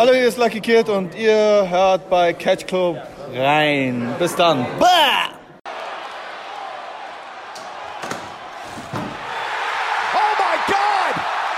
Hallo, hier ist Lucky Kid und ihr hört bei Catch Club rein. Bis dann. Bah! Oh my God!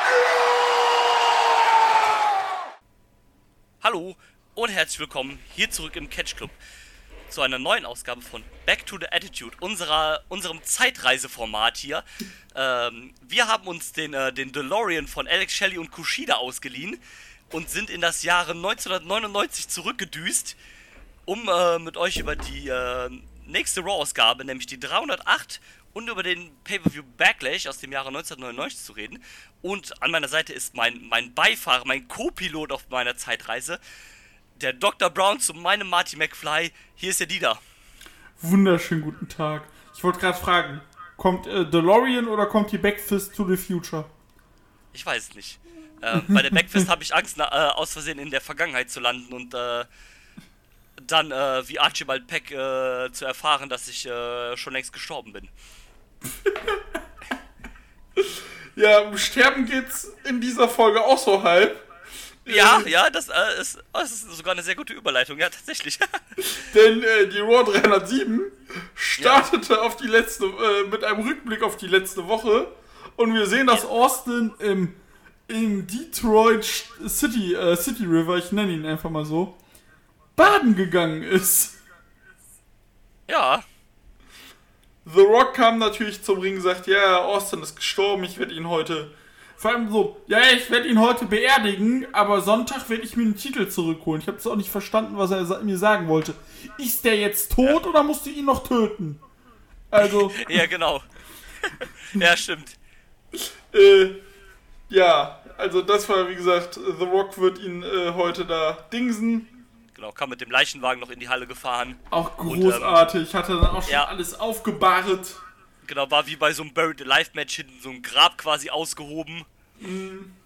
Hallo und herzlich willkommen hier zurück im Catch Club zu einer neuen Ausgabe von Back to the Attitude, unserem Zeitreiseformat hier. Wir haben uns den DeLorean von Alex Shelley und Kushida ausgeliehen und sind in das Jahre 1999 zurückgedüst, um mit euch über die nächste Raw-Ausgabe, nämlich die 308, und über den Pay-Per-View Backlash aus dem Jahre 1999 zu reden. Und an meiner Seite ist mein Beifahrer, mein Co-Pilot auf meiner Zeitreise, der Dr. Brown zu meinem Marty McFly. Hier ist der Dieter. Wunderschönen guten Tag. Ich wollte gerade fragen, kommt DeLorean oder kommt die Backfist to the Future? Ich weiß es nicht. Bei der Backfist habe ich Angst, aus Versehen in der Vergangenheit zu landen und dann wie Archibald Peck zu erfahren, dass ich schon längst gestorben bin. Ja, um Sterben geht's in dieser Folge auch so halb. Ja, das ist sogar eine sehr gute Überleitung, ja, tatsächlich. Denn die Raw 307 startete auf die letzte, mit einem Rückblick auf die letzte Woche. Und wir sehen, dass Austin im Detroit City River, ich nenne ihn einfach mal so, baden gegangen ist. Ja. The Rock kam natürlich zum Ring und sagt, ja, Austin ist gestorben, ich werde ihn heute... Vor allem so, ja, ich werde ihn heute beerdigen, aber Sonntag werde ich mir den Titel zurückholen. Ich habe es auch nicht verstanden, was er mir sagen wollte. Ist der jetzt tot oder musst du ihn noch töten? Also... Ja, genau. Ja, stimmt. Ja, also das war, wie gesagt, The Rock wird ihn heute da dingsen. Genau, kam mit dem Leichenwagen noch in die Halle gefahren. Auch großartig, und, hatte dann auch schon alles aufgebahrt. Genau, war wie bei so einem Buried Alive Match hinten so ein Grab quasi ausgehoben. Mhm.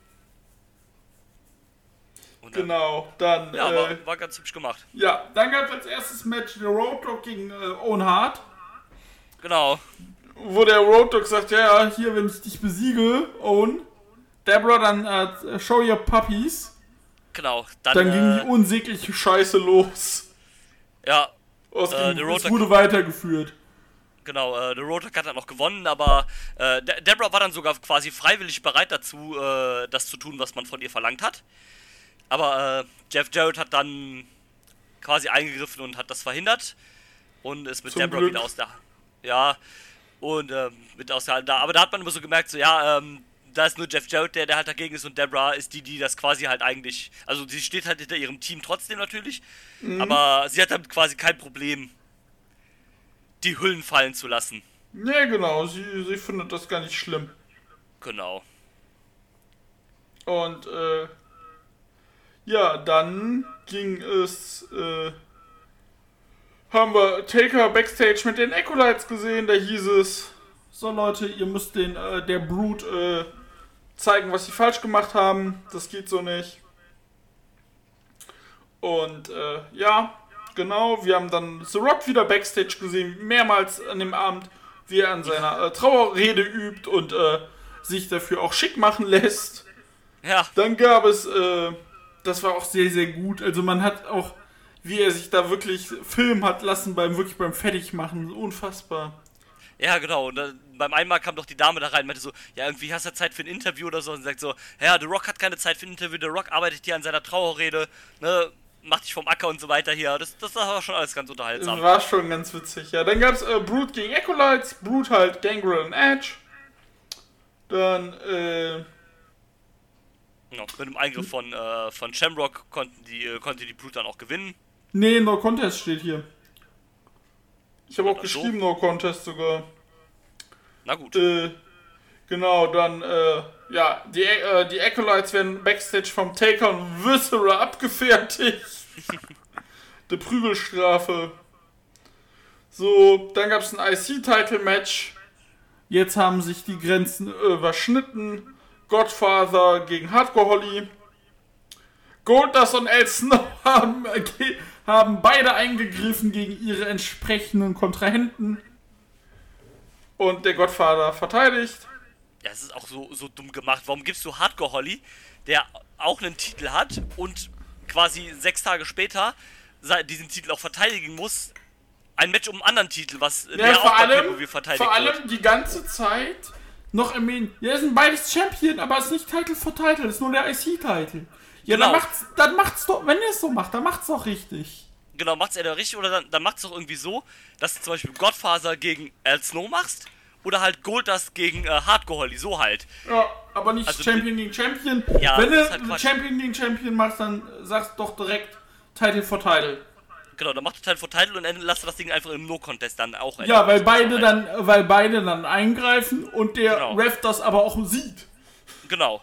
Und genau, dann... Ja, war ganz hübsch gemacht. Ja, dann gab es als erstes Match der Road Dogg gegen Owen Hart. Genau. Wo der Road Dogg sagt, ja, hier, wenn ich dich besiege, Owen, Deborah, dann show your puppies. Genau. Dann ging die unsägliche Scheiße los. Ja. Es wurde weitergeführt. Genau, der Road Dogg hat dann noch gewonnen, aber Deborah war dann sogar quasi freiwillig bereit dazu, das zu tun, was man von ihr verlangt hat. Aber Jeff Jarrett hat dann quasi eingegriffen und hat das verhindert und ist mit Deborah wieder aus der... Ja, und mit aus der... Aber da hat man immer so gemerkt, so ja, da ist nur Jeff Jarrett, der halt dagegen ist, und Deborah ist die das quasi halt eigentlich... Also sie steht halt hinter ihrem Team trotzdem natürlich, aber sie hat damit quasi kein Problem, die Hüllen fallen zu lassen. Ja, genau, sie findet das gar nicht schlimm. Genau. Und, ja, dann ging es, haben wir Taker Backstage mit den Acolytes gesehen, da hieß es, so Leute, ihr müsst der Brood, zeigen, was sie falsch gemacht haben, das geht so nicht. Und, ja, genau, wir haben dann The Rock wieder Backstage gesehen, mehrmals an dem Abend, wie er an seiner Trauerrede übt und sich dafür auch schick machen lässt. Ja. Dann gab es, das war auch sehr, sehr gut, also man hat auch, wie er sich da wirklich filmen hat lassen beim Fertigmachen, unfassbar. Ja, genau, und beim einmal kam doch die Dame da rein und meinte so, ja, irgendwie hast du Zeit für ein Interview oder so, und sagt so, ja, The Rock hat keine Zeit für ein Interview, The Rock arbeitet hier an seiner Trauerrede, ne, mach dich vom Acker und so weiter hier. Das war schon alles ganz unterhaltsam. War schon ganz witzig, ja. Dann gab's Brood gegen Acolytes, Brood halt Gangrel und Edge. Dann, ja, mit dem Eingriff von Shamrock konnte die Brood dann auch gewinnen. Nee, No Contest steht hier. Ich habe auch geschrieben, No Contest sogar. Na gut. Genau, dann, ja, die Acolytes werden Backstage vom Taker und Viscera abgefertigt. Die Prügelstrafe. So, dann gab es ein IC-Title-Match. Jetzt haben sich die Grenzen überschnitten. Godfather gegen Hardcore Holly. Goldust und El Snow haben beide eingegriffen gegen ihre entsprechenden Kontrahenten. Und der Godfather verteidigt. Ja, es ist auch so dumm gemacht. Warum gibst du Hardcore Holly, der auch einen Titel hat und quasi 6 Tage später diesen Titel auch verteidigen muss. Ein Match um einen anderen Titel, was der vor auch bei allem, Pay-Per-View verteidigt vor allem wird. die ganze Zeit noch im Main. Ja, sind beides Champion, aber es ist nicht Title for Title, es ist nur der IC-Title. Ja, Genau. dann macht's doch, wenn ihr es so macht, dann macht's doch richtig. Genau, macht's er da richtig oder dann macht's doch irgendwie so, dass du zum Beispiel Godfather gegen Al Snow machst oder halt Goldust gegen Hardcore Holly, so halt. Ja, aber nicht Also Champion gegen Champion. Ja, wenn das du ist halt Quatsch. Champion gegen Champion machst, dann sagst doch direkt Title for Title. Genau, dann macht er Teil for Title und dann lasst das Ding einfach im No-Contest dann auch enden. Ja, weil beide dann eingreifen und der Genau. Ref das aber auch sieht. Genau.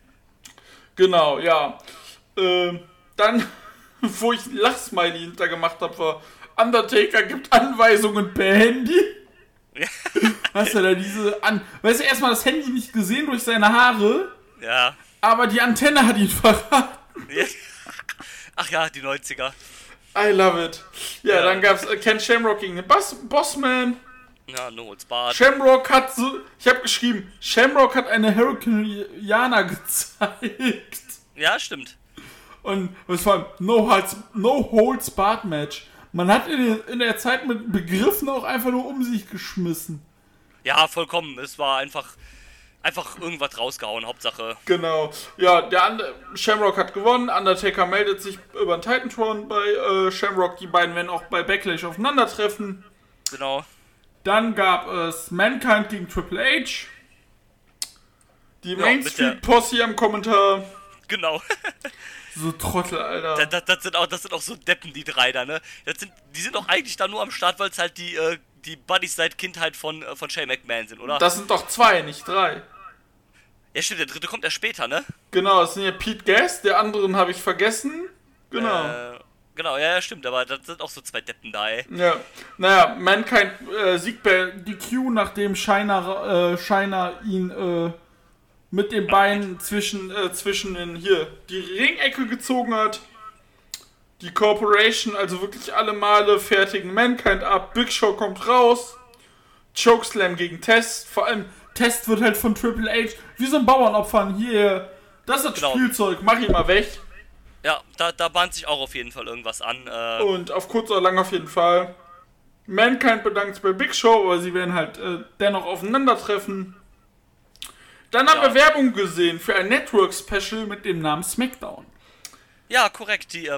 Genau, ja. Dann, wo ich Lachsmiley hintergemacht habe, war Undertaker gibt Anweisungen per Handy. Ja. Hast du da weißt du, erstmal das Handy nicht gesehen durch seine Haare, Ja. aber die Antenne hat ihn verraten. Ach ja, die 90er. I love it. Ja, Ja. dann gab's Ken Shamrock gegen den Bossman. Ja, no holds barred. Shamrock hat ich habe geschrieben, Shamrock hat eine Hurricanrana gezeigt. Ja, stimmt. Und es war No Holds Barred Match. Man hat in der Zeit mit Begriffen auch einfach nur um sich geschmissen. Ja, vollkommen. Es war einfach irgendwas rausgehauen, Hauptsache. Genau. Ja, Shamrock hat gewonnen. Undertaker meldet sich über den Titantron bei Shamrock. Die beiden werden auch bei Backlash aufeinandertreffen. Genau. Dann gab es Mankind gegen Triple H. Die Ja, Main mit Street Posse am Kommentar. Genau. So Trottel, Alter. Das sind auch so Deppen, die drei da, ne? Die sind auch eigentlich da nur am Start, weil es halt die Buddies seit Kindheit von Shane McMahon sind, oder? Das sind doch 2, nicht 3. Ja, stimmt, der dritte kommt erst später, ne? Genau, das sind ja Pete Gas, der anderen habe ich vergessen. Genau. Genau, ja, stimmt, aber das sind auch so 2 Deppen da, ey. Ja. Naja, Mankind siegt bei DQ, nachdem Shiner ihn mit den Beinen zwischen die Ringecke gezogen hat. Die Corporation, also wirklich alle Male, fertigen Mankind ab. Big Show kommt raus. Chokeslam gegen Test. Vor allem, Test wird halt von Triple H wie so ein Bauernopfern. Hier, das ist das Genau. Spielzeug, mach ihn mal weg. Ja, da bahnt sich auch auf jeden Fall irgendwas an. Und auf kurz oder lang auf jeden Fall. Mankind bedankt sich bei Big Show, aber sie werden halt dennoch aufeinandertreffen. Dann haben wir Werbung gesehen für ein Network-Special mit dem Namen SmackDown. Ja, korrekt, die,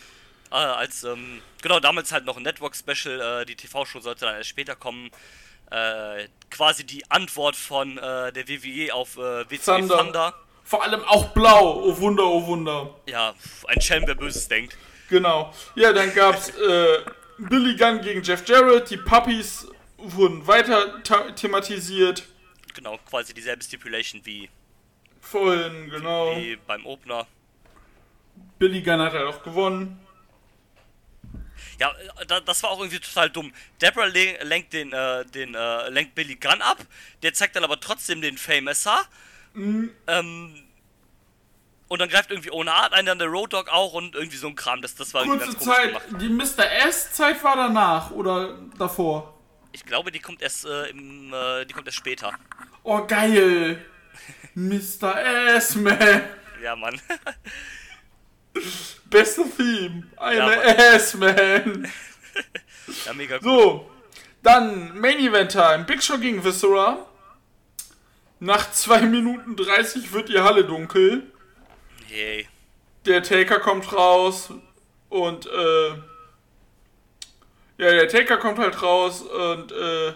genau, damals halt noch ein Network-Special, die TV-Show sollte dann erst später kommen. Quasi die Antwort von der WWE auf WCW Thunder. Vor allem auch blau, oh Wunder, oh Wunder. Ja, ein Schelm, wer Böses denkt. Genau. Ja, dann gab's Billy Gunn gegen Jeff Jarrett. Die Puppies wurden weiter thematisiert. Genau, quasi dieselbe Stipulation wie Vorhin, genau. wie beim Opener. Billy Gunn hat halt auch gewonnen. Ja, das war auch irgendwie total dumm. Deborah lenkt lenkt Billy Gunn ab, der zeigt dann aber trotzdem den Famouser. Und dann greift irgendwie ohne Art ein, dann der Road Dogg auch und irgendwie so ein Kram. Das war irgendwie Kurze ganz komisch Zeit, gemacht. die Mr. S-Zeit war danach oder davor? Ich glaube, die kommt erst später. Oh, geil. Mr. S-Man. Ja, Mann. Beste Theme. Eine Ja, S-Man. Ja, mega gut. So, dann Main Event Time. Big Show gegen Viscera. Nach 2 Minuten 30 wird die Halle dunkel. Hey. Der Taker kommt raus und der Taker kommt halt raus und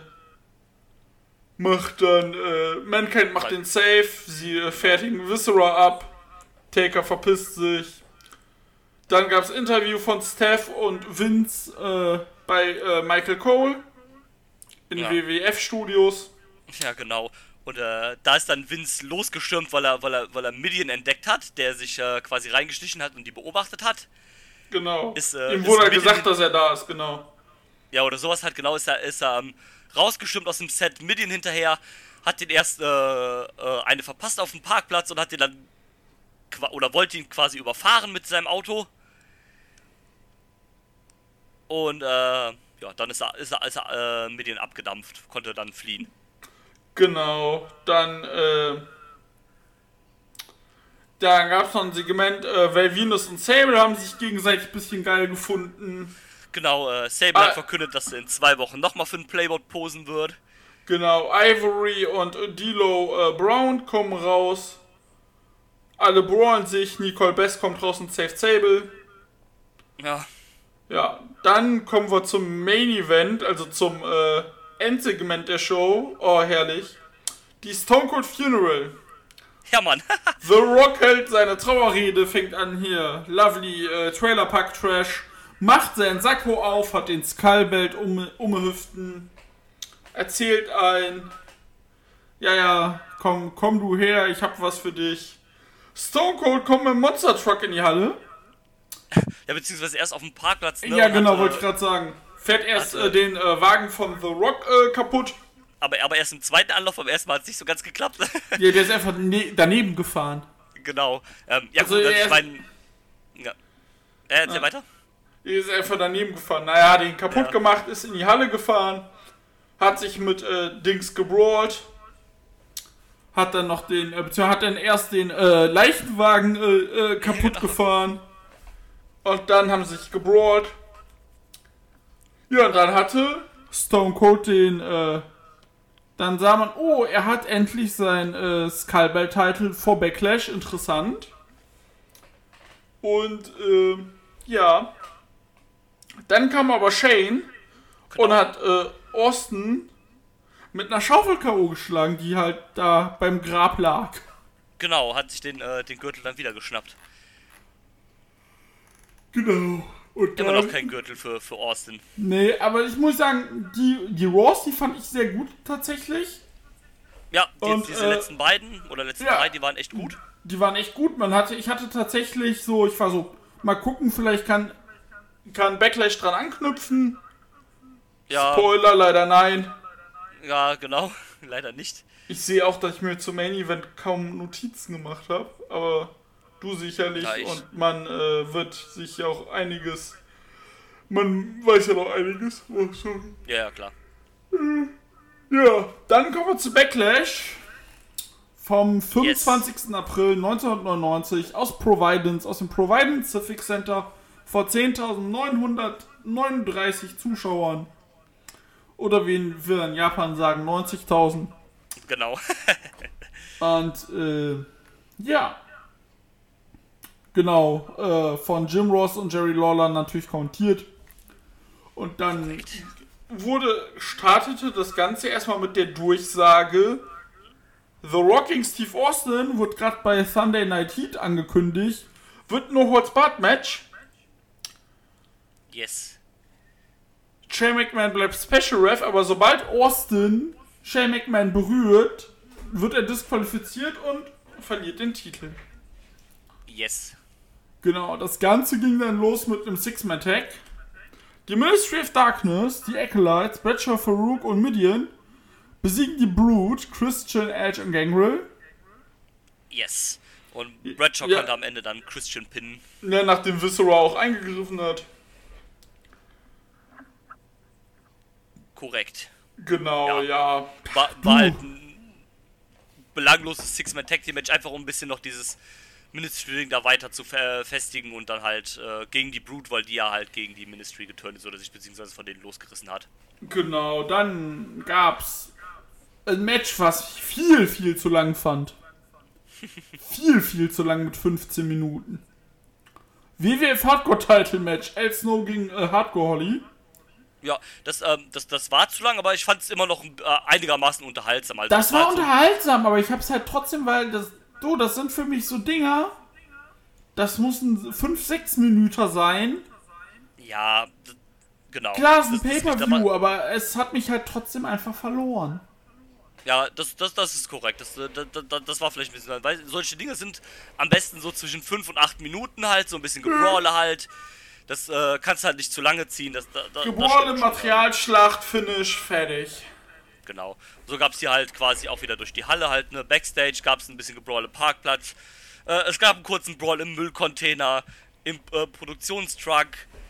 macht dann Mankind macht den Save, sie fertigen Viscera ab, Taker verpisst sich. Dann gab's Interview von Steph und Vince bei Michael Cole in den WWF-Studios. Ja, genau. Und da ist dann Vince losgestürmt, weil er Midian entdeckt hat, der sich quasi reingeschlichen hat und die beobachtet hat. Genau. Ist, Ihm ist wurde Midian- gesagt, dass er da ist, genau. Ja, oder sowas halt genau, ist er rausgestürmt aus dem Set, Midian hinterher, hat den erst eine verpasst auf dem Parkplatz und hat den dann wollte ihn quasi überfahren mit seinem Auto. Und dann ist er Midian abgedampft, konnte dann fliehen. Genau, dann Da gab es noch ein Segment, weil Venus und Sable haben sich gegenseitig ein bisschen geil gefunden. Genau, Sable hat verkündet, dass er in 2 Wochen nochmal für den Playboard posen wird. Genau, Ivory und D'Lo Brown kommen raus. Alle brawlen sich, Nicole Best kommt raus und saved Sable. Ja. Ja, dann kommen wir zum Main Event, also zum Endsegment der Show. Oh, herrlich. Die Stone Cold Funeral. Ja, Mann. The Rock hält seine Trauerrede, fängt an hier. Lovely Trailer Park Trash. Macht seinen Sakko auf, hat den Skullbelt um die Hüften. Erzählt ja, komm du her, ich hab was für dich. Stone Cold kommt mit dem Monster Truck in die Halle. Ja, beziehungsweise erst auf dem Parkplatz. Ne, Ja, genau, wollte ich gerade sagen. Fährt erst den Wagen von The Rock kaputt. Aber erst im zweiten Anlauf, beim ersten Mal hat es nicht so ganz geklappt. Ja, der ist einfach daneben gefahren. Genau. Ja, Also gut, er ich meine... Ja. Erzähl weiter. Der ist einfach daneben gefahren. Naja, den kaputt gemacht, ist in die Halle gefahren. Hat sich mit Dings gebrawlt. Hat dann noch hat dann erst den Leichenwagen kaputt gefahren. Und dann haben sie sich gebrawlt. Ja, und dann hatte Stone Cold dann sah man, oh, er hat endlich sein Skullbelt-Title vor Backlash. Interessant. Und, ja. Dann kam aber Shane und hat Austin mit einer Schaufel K.O. geschlagen, die halt da beim Grab lag. Genau, hat sich den Gürtel dann wieder geschnappt. Genau. Und Immer noch kein Gürtel für Austin. Nee, aber ich muss sagen, die Raws, die fand ich sehr gut tatsächlich. Ja, Und, diese letzten beiden oder letzten 3, die waren echt gut. Die waren echt gut. Ich hatte tatsächlich so, ich war so, mal gucken, vielleicht kann Backlash dran anknüpfen. Ja. Spoiler, leider nein. Ja, genau. Leider nicht. Ich sehe auch, dass ich mir zum Main Event kaum Notizen gemacht habe, aber du sicherlich, Ja, und man wird sich auch einiges, man weiß ja noch einiges. Oh, sorry. Ja, klar. Ja, dann kommen wir zu Backlash vom 25. April 1999 aus dem Providence Civic Center vor 10.939 Zuschauern. Oder wie wir in Japan sagen, 90.000. Genau. Und, ja. Genau, von Jim Ross und Jerry Lawler natürlich kommentiert. Und dann startete das Ganze erstmal mit der Durchsage: The Rocking Steve Austin wird gerade bei Sunday Night Heat angekündigt. Wird ein No-Holds-Barred-Match. Yes. Shane McMahon bleibt Special Ref, aber sobald Austin Shane McMahon berührt, wird er disqualifiziert und verliert den Titel. Yes. Genau, das Ganze ging dann los mit einem Six-Man-Tag. Die Ministry of Darkness, die Acolytes, Bradshaw, Farouk und Midian besiegen die Brood, Christian, Edge und Gangrel. Yes. Und Bradshaw konnte am Ende dann Christian pinnen. Ja, nachdem Viscera auch eingegriffen hat. Korrekt. Genau, ja. War halt ein belangloses Six-Man-Tag-Team-Match, einfach um ein bisschen noch dieses Ministry-Ding da weiter zu festigen und dann halt gegen die Brood, weil die ja halt gegen die Ministry geturnt ist oder sich beziehungsweise von denen losgerissen hat. Genau, dann gab's ein Match, was ich viel zu lang fand. viel zu lang mit 15 Minuten. WWF Hardcore Title Match, El Snow gegen Hardcore Holly. Ja, das war zu lang, aber ich fand es immer noch einigermaßen unterhaltsam. Also das war unterhaltsam, aber ich hab's halt trotzdem, weil das sind für mich so Dinger, das müssen 5-6 Minuten sein. Ja, genau. Klar, es ist ein Pay-Per-View, aber es hat mich halt trotzdem einfach verloren. Ja, das ist korrekt. Das war vielleicht ein bisschen... Weil solche Dinge sind am besten so zwischen 5 und 8 Minuten halt, so ein bisschen Gebrawle halt. Das kannst du halt nicht zu lange ziehen. Gebrawle, Materialschlacht, Finish, fertig. Genau. So gab es hier halt quasi auch wieder durch die Halle halt, ne? Backstage gab es ein bisschen Gebrawl im Parkplatz. Es gab einen kurzen Brawl im Müllcontainer, im Produktionstruck.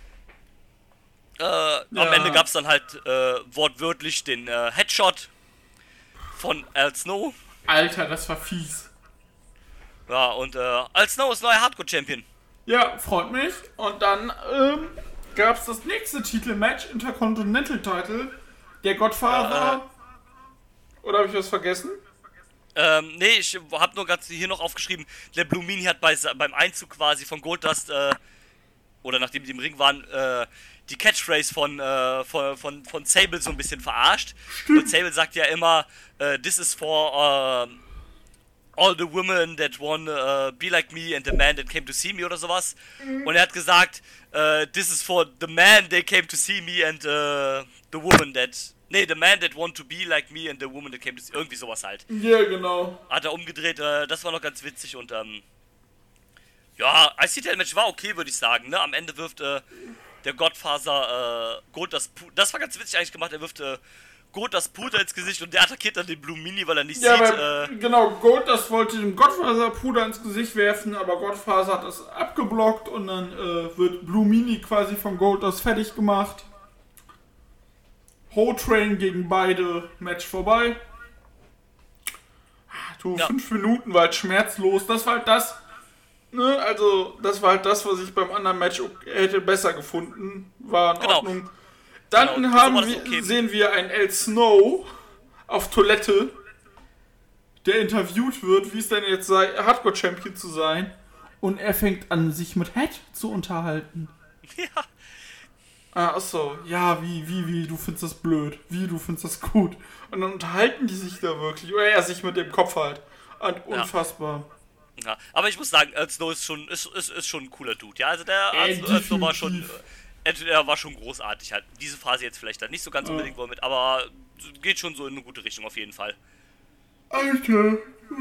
Am Ende gab es dann halt wortwörtlich den Headshot von Al Snow. Alter, das war fies. Ja, und Al Snow ist neuer Hardcore-Champion. Ja, freut mich. Und dann gab es das nächste Titelmatch, Intercontinental Title. Der Godfather. Oder habe ich was vergessen? Nee, ich hab nur gerade hier noch aufgeschrieben, der Blue Meanie hat beim Einzug quasi von Goldust, oder nachdem die im Ring waren, die Catchphrase von Sable so ein bisschen verarscht. Und Sable sagt ja immer, this is for all the women that wanna be like me and the man that came to see me oder sowas. Und er hat gesagt, this is for the man that came to see me and the woman that... Nee, the man that want to be like me and the woman that came to see... Irgendwie sowas halt. Ja, genau. Hat er umgedreht, das war noch ganz witzig und ja, IC-Title-Match war okay, würde ich sagen, ne? Am Ende wirft der Godfather Goldust, das war ganz witzig eigentlich gemacht, er wirft Goldust Puder ins Gesicht und der attackiert dann den Blue Meanie, weil er nicht ja, sieht. Weil, genau, Goldust wollte dem Godfather Puder ins Gesicht werfen, aber Godfather hat das abgeblockt und dann wird Blue Meanie quasi von Goldust fertig gemacht. Whole Train gegen beide, Match vorbei. Du, ja. 5 Minuten war halt schmerzlos, das war halt das, ne, also das war halt das, was ich beim anderen Match hätte besser gefunden, war in Ordnung. Dann sehen wir einen El Snow auf Toilette, der interviewt wird, wie es denn jetzt sei, Hardcore-Champion zu sein, und er fängt an, sich mit Head zu unterhalten. Ja. Achso, ja, wie, du findest das blöd, du findest das gut. Und dann unterhalten die sich da wirklich, oder er sich mit dem Kopf halt. Und unfassbar. Ja, aber ich muss sagen, El Snow ist schon ein cooler Dude, ja, also der El Snow war schon, er war schon großartig halt. Diese Phase jetzt vielleicht dann nicht so ganz unbedingt mit, aber geht schon so in eine gute Richtung auf jeden Fall. Alter,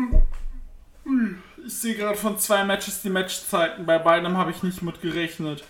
ich sehe gerade von 2 Matches die Matchzeiten, bei beidem habe ich nicht mit gerechnet.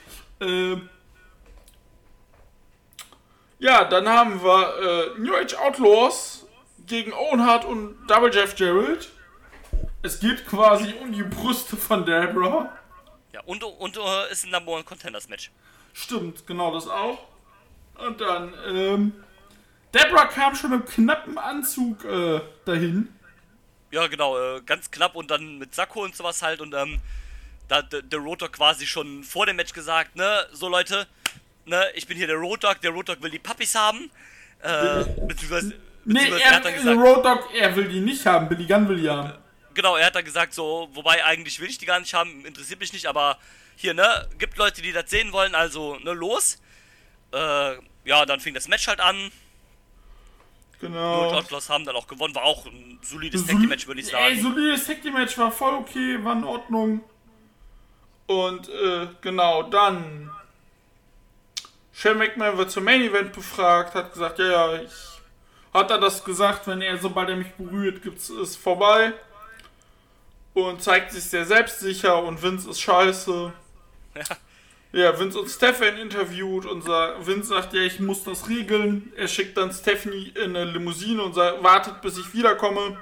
Ja, dann haben wir New Age Outlaws gegen Owen Hart und Double Jeff Jarrett. Es geht quasi um die Brüste von Debra. Ja, und ist ein Number One Contenders Match. Stimmt, genau das auch. Und dann, Debra kam schon im knappen Anzug dahin. Ja, genau, ganz knapp und dann mit Sakko und sowas halt. Und da hat der Road Dogg quasi schon vor dem Match gesagt, ne, so Leute, ne, ich bin hier der Road Dogg will die Puppies haben. Beziehungsweise er hat dann gesagt, Road Dogg, er will die nicht haben, Billy Gunn will die haben. Genau, er hat dann gesagt so, wobei eigentlich will ich die gar nicht haben, interessiert mich nicht, aber hier, ne, gibt Leute, die das sehen wollen, also, ne, los. Ja, dann fing das Match halt an. Genau. Und Outlaws haben dann auch gewonnen, war auch ein solides Tag-Team-Match, würde ich sagen. Ey, solides Tag-Team-Match war voll okay, war in Ordnung. Und, genau, dann Shane McMahon wird zum Main-Event befragt, hat gesagt, hat er das gesagt, sobald er mich berührt, ist vorbei. Und zeigt sich sehr selbstsicher und Vince ist scheiße. Ja, Vince und Stephanie interviewt und Vince sagt, ja, ich muss das regeln. Er schickt dann Stephanie in eine Limousine und sagt, wartet, bis ich wiederkomme.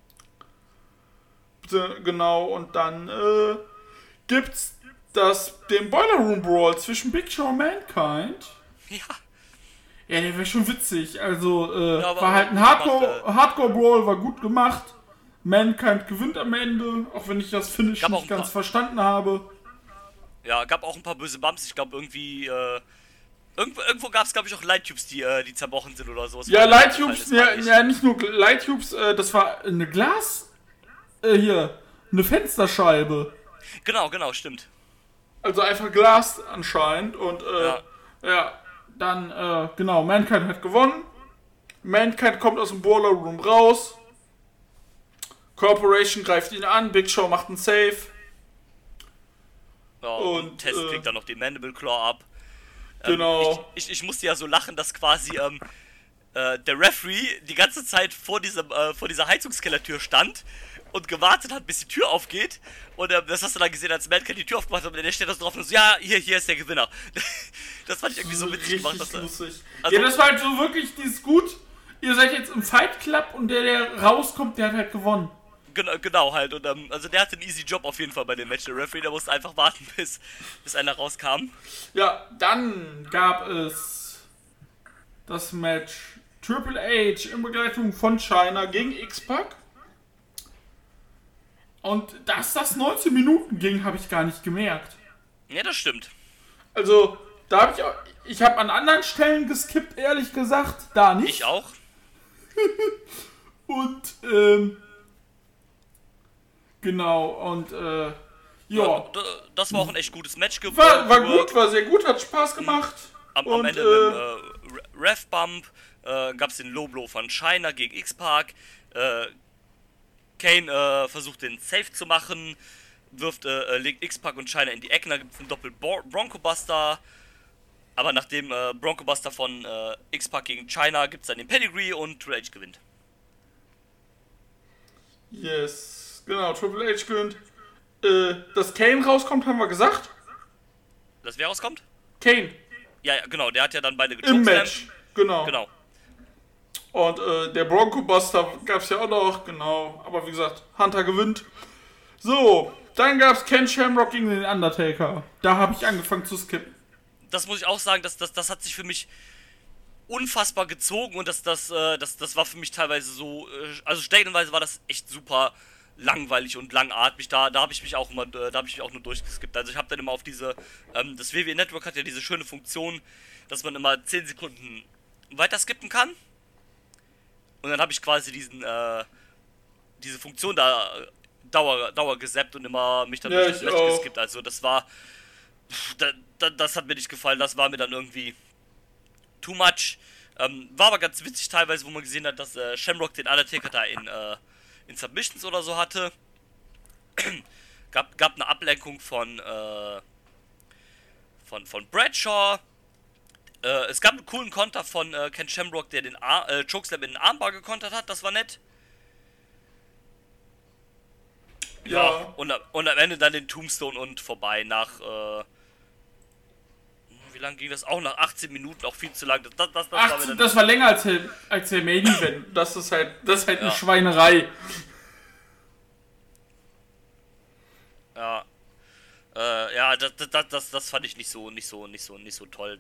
Genau, und dann gibt's den Boiler Room Brawl zwischen Big Show und Mankind. Ja. Ja, der wäre schon witzig. Also, war halt ein Hardcore Brawl, war gut gemacht. Mankind gewinnt am Ende, auch wenn ich das Finish nicht ganz verstanden habe. Ja, gab auch ein paar böse Bumps. Ich glaube irgendwie, irgendwo gab es, glaube ich, auch Light Tubes, die zerbrochen sind oder so. Ja, Light Tubes, ja, nicht nur Light Tubes, das war eine eine Fensterscheibe. Genau, stimmt. Also einfach Glas anscheinend und, dann, genau, Mankind hat gewonnen. Mankind kommt aus dem Boiler Room raus. Corporation greift ihn an, Big Show macht einen Save. Ja, und Test kriegt dann noch den Mandible Claw ab. Genau. Ich musste ja so lachen, dass quasi der Referee die ganze Zeit vor dieser Heizungskellertür stand und gewartet hat, bis die Tür aufgeht. Und das hast du dann gesehen, als Mankind die Tür aufgemacht hat und der steht da so drauf und so, ja, hier ist der Gewinner. Das fand ich irgendwie so witzig gemacht. Lustig. Ja, das war halt so wirklich dieses gut, ihr seid jetzt im Fight Club und der rauskommt, der hat halt gewonnen. Genau halt. Und also der hatte einen easy Job auf jeden Fall bei dem Match. Der Referee, der musste einfach warten, bis einer rauskam. Ja, dann gab es das Match Triple H in Begleitung von Chyna gegen X-Pac. Und dass das 19 Minuten ging, habe ich gar nicht gemerkt. Ja, das stimmt. Also, da habe ich habe an anderen Stellen geskippt, ehrlich gesagt. Da nicht. Ich auch. Und, genau, und, ja. Das war auch ein echt gutes Match geworden. War gut, war sehr gut, hat Spaß gemacht. Am und, Ende mit dem Ref-Bump gab es den Low-Blow von Chyna gegen X-Pac. Kane versucht den Safe zu machen, legt X-Pac und Chyna in die Ecken, da gibt es einen Doppel-Bronco-Buster. Aber nach dem Bronco-Buster von X-Pac gegen Chyna gibt es dann den Pedigree und Triple H gewinnt. Yes, genau, Triple H gewinnt. Dass Kane rauskommt, haben wir gesagt. Dass wer rauskommt? Kane. Ja, genau, der hat ja dann beide Im Match, genau. Genau. Und der Bronco-Buster gab es ja auch noch, genau. Aber wie gesagt, Hunter gewinnt. So, dann gab es Ken Shamrock gegen den Undertaker. Da habe ich angefangen zu skippen. Das muss ich auch sagen, das hat sich für mich unfassbar gezogen und das war für mich teilweise so, also stellenweise war das echt super langweilig und langatmig. Da habe ich mich auch nur durchgeskippt. Also ich habe dann immer auf das WWE Network hat ja diese schöne Funktion, dass man immer 10 Sekunden weiter skippen kann. Und dann habe ich quasi diese Funktion da Dauer gesappt und immer mich dann durch das Match geskippt. Also das war, das hat mir nicht gefallen. Das war mir dann irgendwie too much. War aber ganz witzig teilweise, wo man gesehen hat, dass Shamrock den Undertaker da in Submissions oder so hatte. Gab eine Ablenkung von Bradshaw. Es gab einen coolen Konter von Ken Shamrock, der den Chokeslam in den Armbar gekontert hat, das war nett. Ja. Und am Ende dann den Tombstone und vorbei nach, wie lange ging das? Auch nach 18 Minuten, auch viel zu lang. Das war länger als der Main Event. Das ist halt eine Schweinerei. Ja. Das fand ich nicht so toll.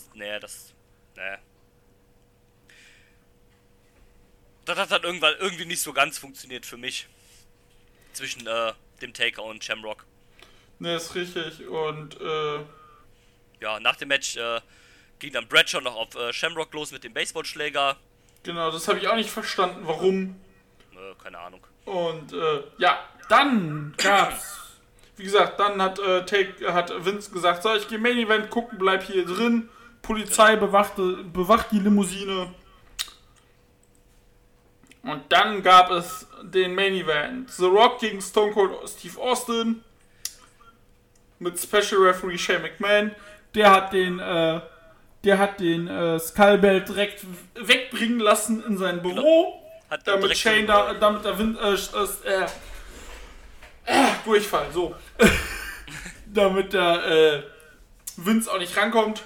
Das hat dann irgendwie nicht so ganz funktioniert für mich. Zwischen dem Taker und Shamrock. Ne, ist richtig. Und ja, nach dem Match ging dann Bradshaw noch auf Shamrock los mit dem Baseballschläger. Genau, das habe ich auch nicht verstanden, warum. Keine Ahnung. Und ja, dann gab's. Wie gesagt, dann hat Vince gesagt, so, ich gehe Main Event gucken, bleib hier drin. Polizei bewacht die Limousine. Und dann gab es den Main Event. The Rock gegen Stone Cold Steve Austin. Mit Special Referee Shane McMahon. Der hat den Skullbell direkt wegbringen lassen in sein Büro. Damit Shane Durchfall, so. Damit der Vince auch nicht rankommt.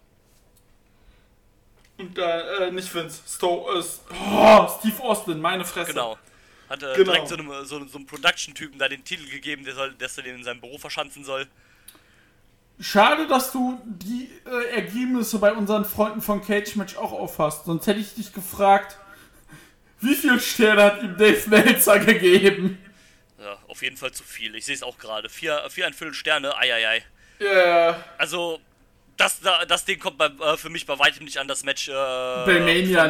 Und da, nicht Vince, Steve Austin, meine Fresse. Genau. Hat direkt so einem Production-Typen da den Titel gegeben, dass er den in seinem Büro verschanzen soll. Schade, dass du die Ergebnisse bei unseren Freunden von Cage Match auch aufhast. Sonst hätte ich dich gefragt, wie viel Sterne hat ihm Dave Meltzer gegeben? Ja, auf jeden Fall zu viel. Ich sehe es auch gerade. 4,25 Sterne, eieiei. Ja. Yeah. Also, das Ding kommt für mich bei weitem nicht an das Match bei Mania,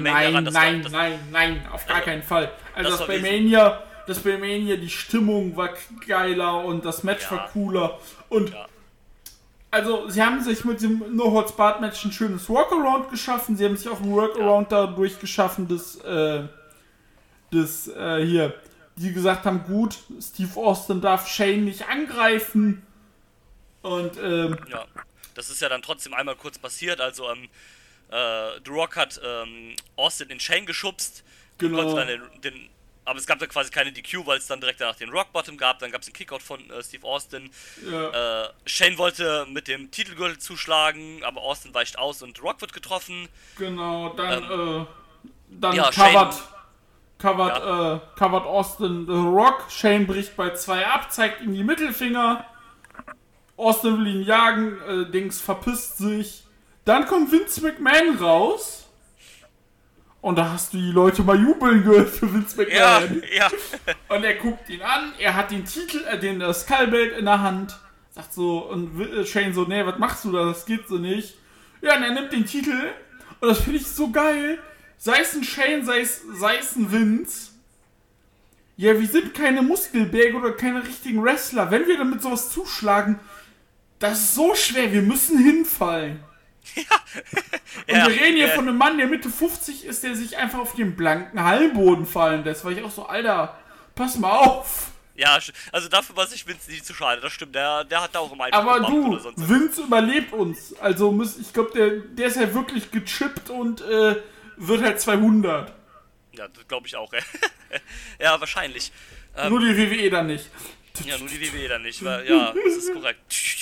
nein, auf gar keinen Fall. Also das bei Mania, die Stimmung war geiler und das Match war cooler. Und also sie haben sich mit dem No Holds Barred Match ein schönes Workaround geschaffen. Sie haben sich auch ein Workaround dadurch geschaffen, die gesagt haben, gut, Steve Austin darf Shane nicht angreifen. Und ja, das ist ja dann trotzdem einmal kurz passiert. Also The Rock hat Austin in Shane geschubst. Genau. Aber es gab da quasi keine DQ, weil es dann direkt danach den Rock Bottom gab. Dann gab es den Kickout von Steve Austin. Ja. Shane wollte mit dem Titelgürtel zuschlagen, aber Austin weicht aus und Rock wird getroffen. Genau, dann covert Austin The Rock. Shane bricht bei 2 ab, zeigt ihm die Mittelfinger. Austin will ihn jagen, Dings verpisst sich. Dann kommt Vince McMahon raus Und da hast du die Leute mal jubeln gehört für Vince McMahon. Ja. Und er guckt ihn an, er hat den Titel, den Skullbelt in der Hand, sagt so, und Shane so, nee, was machst du da, das geht so nicht. Ja, und er nimmt den Titel, und das finde ich so geil, sei es ein Shane, sei es ein Vince. Ja, wir sind keine Muskelberge oder keine richtigen Wrestler. Wenn wir damit sowas zuschlagen, das ist so schwer, wir müssen hinfallen. Und wir reden hier von einem Mann, der Mitte 50 ist, der sich einfach auf den blanken Hallboden fallen lässt. Weil ich auch so, Alter, pass mal auf. Ja, also dafür war sich Vince nicht zu schade, das stimmt. Der hat da auch im Aber du, Vince überlebt uns. Also, ich glaube, der ist halt wirklich gechippt und wird halt 200. Ja, das glaube ich auch, ey. Ja, wahrscheinlich. Nur die WWE dann nicht. Ja, nur die WWE dann nicht, weil, ja, das ist korrekt.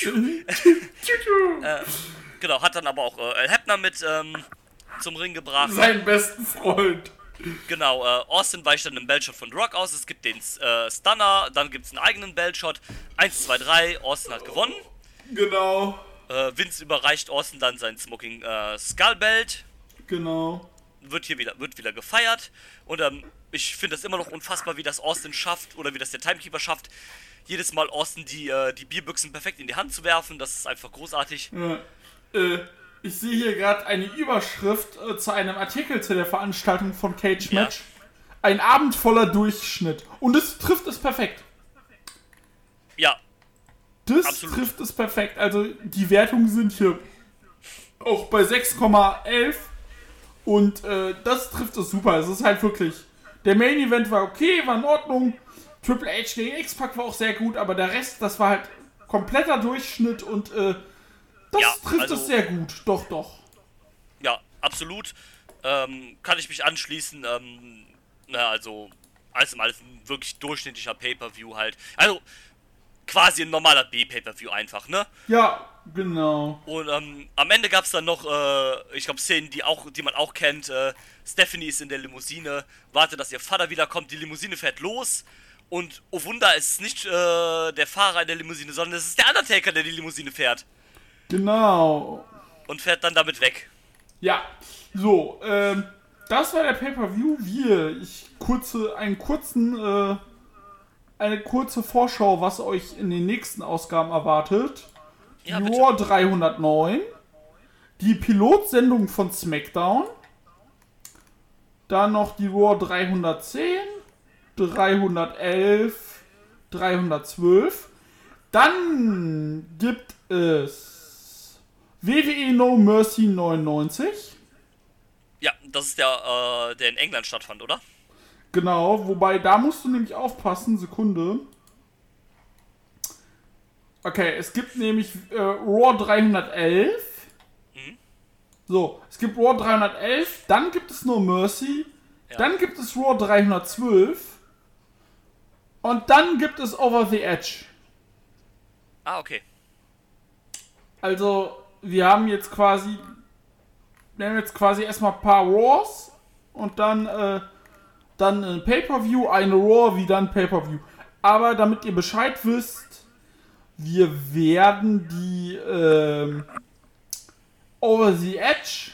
Genau, hat dann aber auch Al Hebner mit zum Ring gebracht. Seinen besten Freund. Genau, Austin weicht dann einen Bellshot von The Rock aus, es gibt den Stunner, dann gibt es einen eigenen Bellshot. 1, 2, 3, Austin hat gewonnen. Genau. Vince überreicht Austin dann sein Smoking Skullbelt. Genau. Wird wieder gefeiert. Und ich finde das immer noch unfassbar, wie das Austin schafft, oder wie das der Timekeeper schafft, jedes Mal Austin die Bierbüchsen perfekt in die Hand zu werfen. Das ist einfach großartig. Ja. Ich sehe hier gerade eine Überschrift zu einem Artikel zu der Veranstaltung von Cage Match. Ja. Ein Abend voller Durchschnitt. Und es trifft es perfekt. Ja. Das absolut. Trifft es perfekt. Also die Wertungen sind hier auch bei 6,11. Und das trifft es super. Es ist halt wirklich... Der Main Event war okay, war in Ordnung. Triple H gegen X-Pac war auch sehr gut. Aber der Rest, das war halt kompletter Durchschnitt. Und das trifft es sehr gut. Doch. Ja, absolut. Kann ich mich anschließen. Also, alles in allem ein wirklich durchschnittlicher Pay-Per-View halt. Also, quasi ein normaler B-Pay-Per-View einfach, ne? Ja, genau. Und am Ende gab es dann noch, ich glaube, Szenen, die man auch kennt. Stephanie ist in der Limousine, wartet, dass ihr Vater wiederkommt. Die Limousine fährt los. Und, oh Wunder, es ist nicht der Fahrer in der Limousine, sondern es ist der Undertaker, der die Limousine fährt. Genau. Und fährt dann damit weg. Ja, so, das war der Pay-Per-View. Eine kurze Vorschau, was euch in den nächsten Ausgaben erwartet. Ja, die Raw 309, die Pilotsendung von SmackDown, dann noch die Raw 310, 311, 312. Dann gibt es WWE No Mercy 99. Ja, das ist der in England stattfand, oder? Genau, wobei da musst du nämlich aufpassen, Sekunde. Okay, es gibt nämlich Raw 311. So, es gibt Raw 311, dann gibt es No Mercy, dann gibt es Raw 312 und dann gibt es Over the Edge. Ah, okay. Also, wir haben jetzt quasi erstmal ein paar Raws und dann ein Pay-Per-View, eine Raw, wieder ein Pay-Per-View. Aber damit ihr Bescheid wisst, wir werden die Over the Edge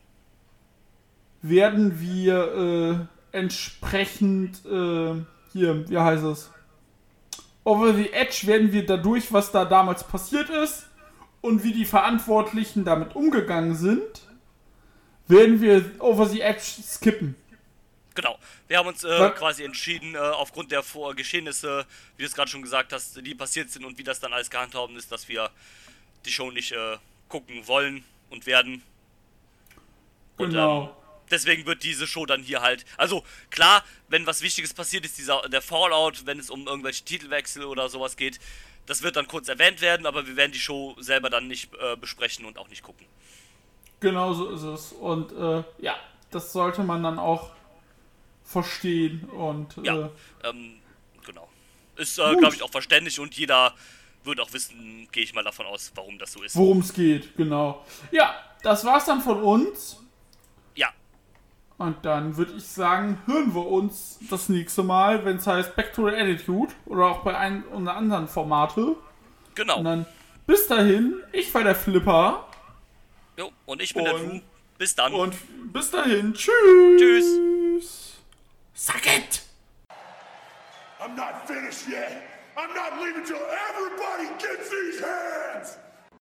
werden wir entsprechend hier, wie heißt es? Over the Edge werden wir dadurch, was da damals passiert ist und wie die Verantwortlichen damit umgegangen sind, werden wir Over the Edge skippen. Genau. Wir haben uns quasi entschieden, aufgrund der Geschehnisse, wie du es gerade schon gesagt hast, die passiert sind und wie das dann alles gehandhabt ist, dass wir die Show nicht gucken wollen und werden. Und, genau. Deswegen wird diese Show dann hier halt, also klar, wenn was Wichtiges passiert ist, der Fallout, wenn es um irgendwelche Titelwechsel oder sowas geht, das wird dann kurz erwähnt werden, aber wir werden die Show selber dann nicht besprechen und auch nicht gucken. Genau so ist es. Und ja, das sollte man dann auch verstehen. Und genau. Ist, glaube ich, auch verständlich und jeder wird auch wissen, gehe ich mal davon aus, warum das so ist. Worum es geht, genau. Ja, das war's dann von uns. Ja. Und dann würde ich sagen, hören wir uns das nächste Mal, wenn es heißt Back to the Attitude oder auch bei einem oder anderen Formate. Genau. Und dann bis dahin, ich war der Flipper. Jo, und ich bin der Drew. Bis dann. Und bis dahin. Tschüss. Tschüss. Suck it. I'm not finished yet. I'm not leaving till everybody gets these hands.